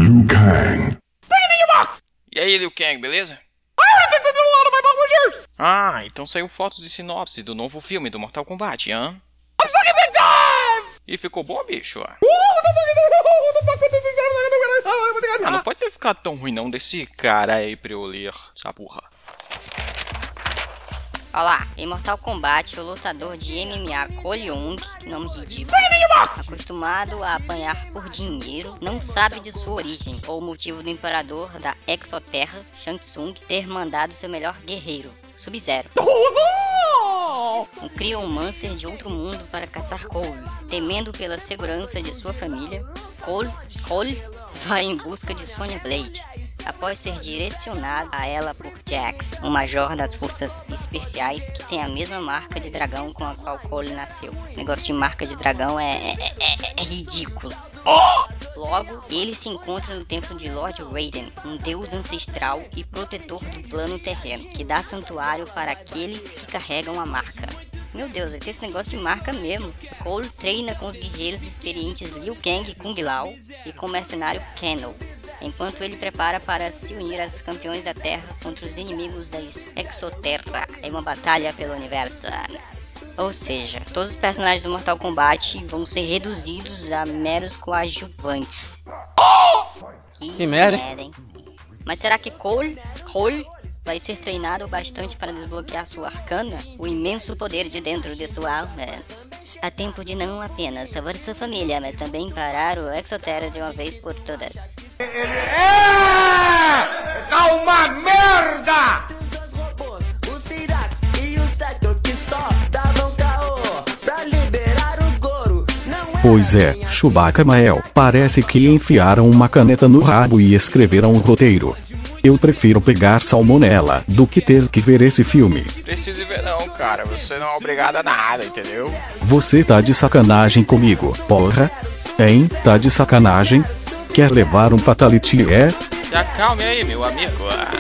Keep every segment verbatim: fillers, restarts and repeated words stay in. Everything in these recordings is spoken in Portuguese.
Liu Kang. E aí, Liu Kang, beleza? Ah, então saiu fotos de sinopse do novo filme do Mortal Kombat, hã? E ficou bom, bicho? Ah, não pode ter ficado tão ruim não desse cara aí pra eu ler essa porra. Olá, em Mortal Kombat, o lutador de M M A Cole Young, nome ridículo, acostumado a apanhar por dinheiro, não sabe de sua origem ou o motivo do imperador da Exoterra, Shang Tsung, ter mandado seu melhor guerreiro, Sub-Zero, um Cryomancer de outro mundo para caçar Cole. Temendo pela segurança de sua família, Cole, Cole vai em busca de Sonya Blade, após ser direcionado a ela por Jax, um major das forças especiais que tem a mesma marca de dragão com a qual Cole nasceu. O negócio de marca de dragão é, é, é, é ridículo. Logo, ele se encontra no templo de Lord Raiden, um deus ancestral e protetor do plano terreno, que dá santuário para aqueles que carregam a marca. Meu Deus, vai ter esse negócio de marca mesmo. Cole treina com os guerreiros experientes Liu Kang e Kung Lao e com o mercenário Kano, enquanto ele prepara para se unir aos campeões da Terra contra os inimigos da Exoterra em uma batalha pelo universo. Ou seja, todos os personagens do Mortal Kombat vão ser reduzidos a meros coadjuvantes. Que, que merda, hein? Mas será que Cole, Cole vai ser treinado bastante para desbloquear sua arcana? O imenso poder de dentro de sua alma? Há tempo de não apenas salvar sua família, mas também parar o Exoterra de uma vez por todas. Ele é! Tá uma merda! O Cyrax e o Sector que só davam caô pra liberar o Goro. Pois é, Chewbacca Mael, parece que enfiaram uma caneta no rabo e escreveram um roteiro. Eu prefiro pegar salmonela do que ter que ver esse filme. Precisa ver não, cara. Você não é obrigado a nada, entendeu? Você tá de sacanagem comigo, porra? Hein? Tá de sacanagem? Quer levar um fatality, é? Se acalme aí, meu amigo.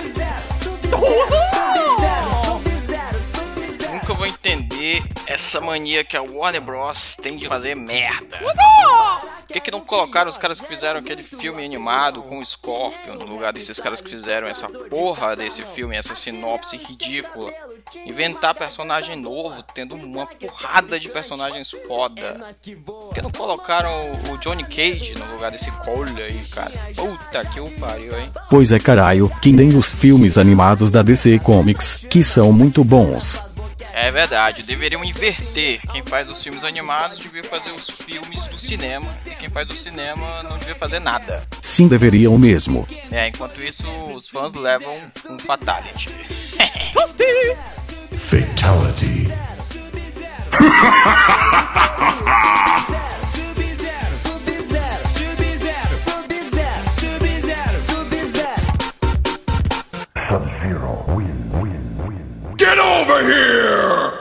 Nunca vou entender essa mania que a Warner Bros tem de fazer merda. Por que que não colocaram os caras que fizeram aquele filme animado com o Scorpion no lugar desses caras que fizeram essa porra desse filme, essa sinopse ridícula? Inventar personagem novo, tendo uma porrada de personagens foda. Por que não colocaram o Johnny Cage no lugar desse Cole aí, cara? Puta que o pariu, hein? Pois é, caralho, que nem os filmes animados da D C Comics, que são muito bons. É verdade, deveriam inverter. Quem faz os filmes animados devia fazer os filmes do cinema, e quem faz do cinema não devia fazer nada. Sim, deveriam mesmo. É, enquanto isso, os fãs levam um fatality. Fatality. Sub-Zero win, win, win, win. Get over here!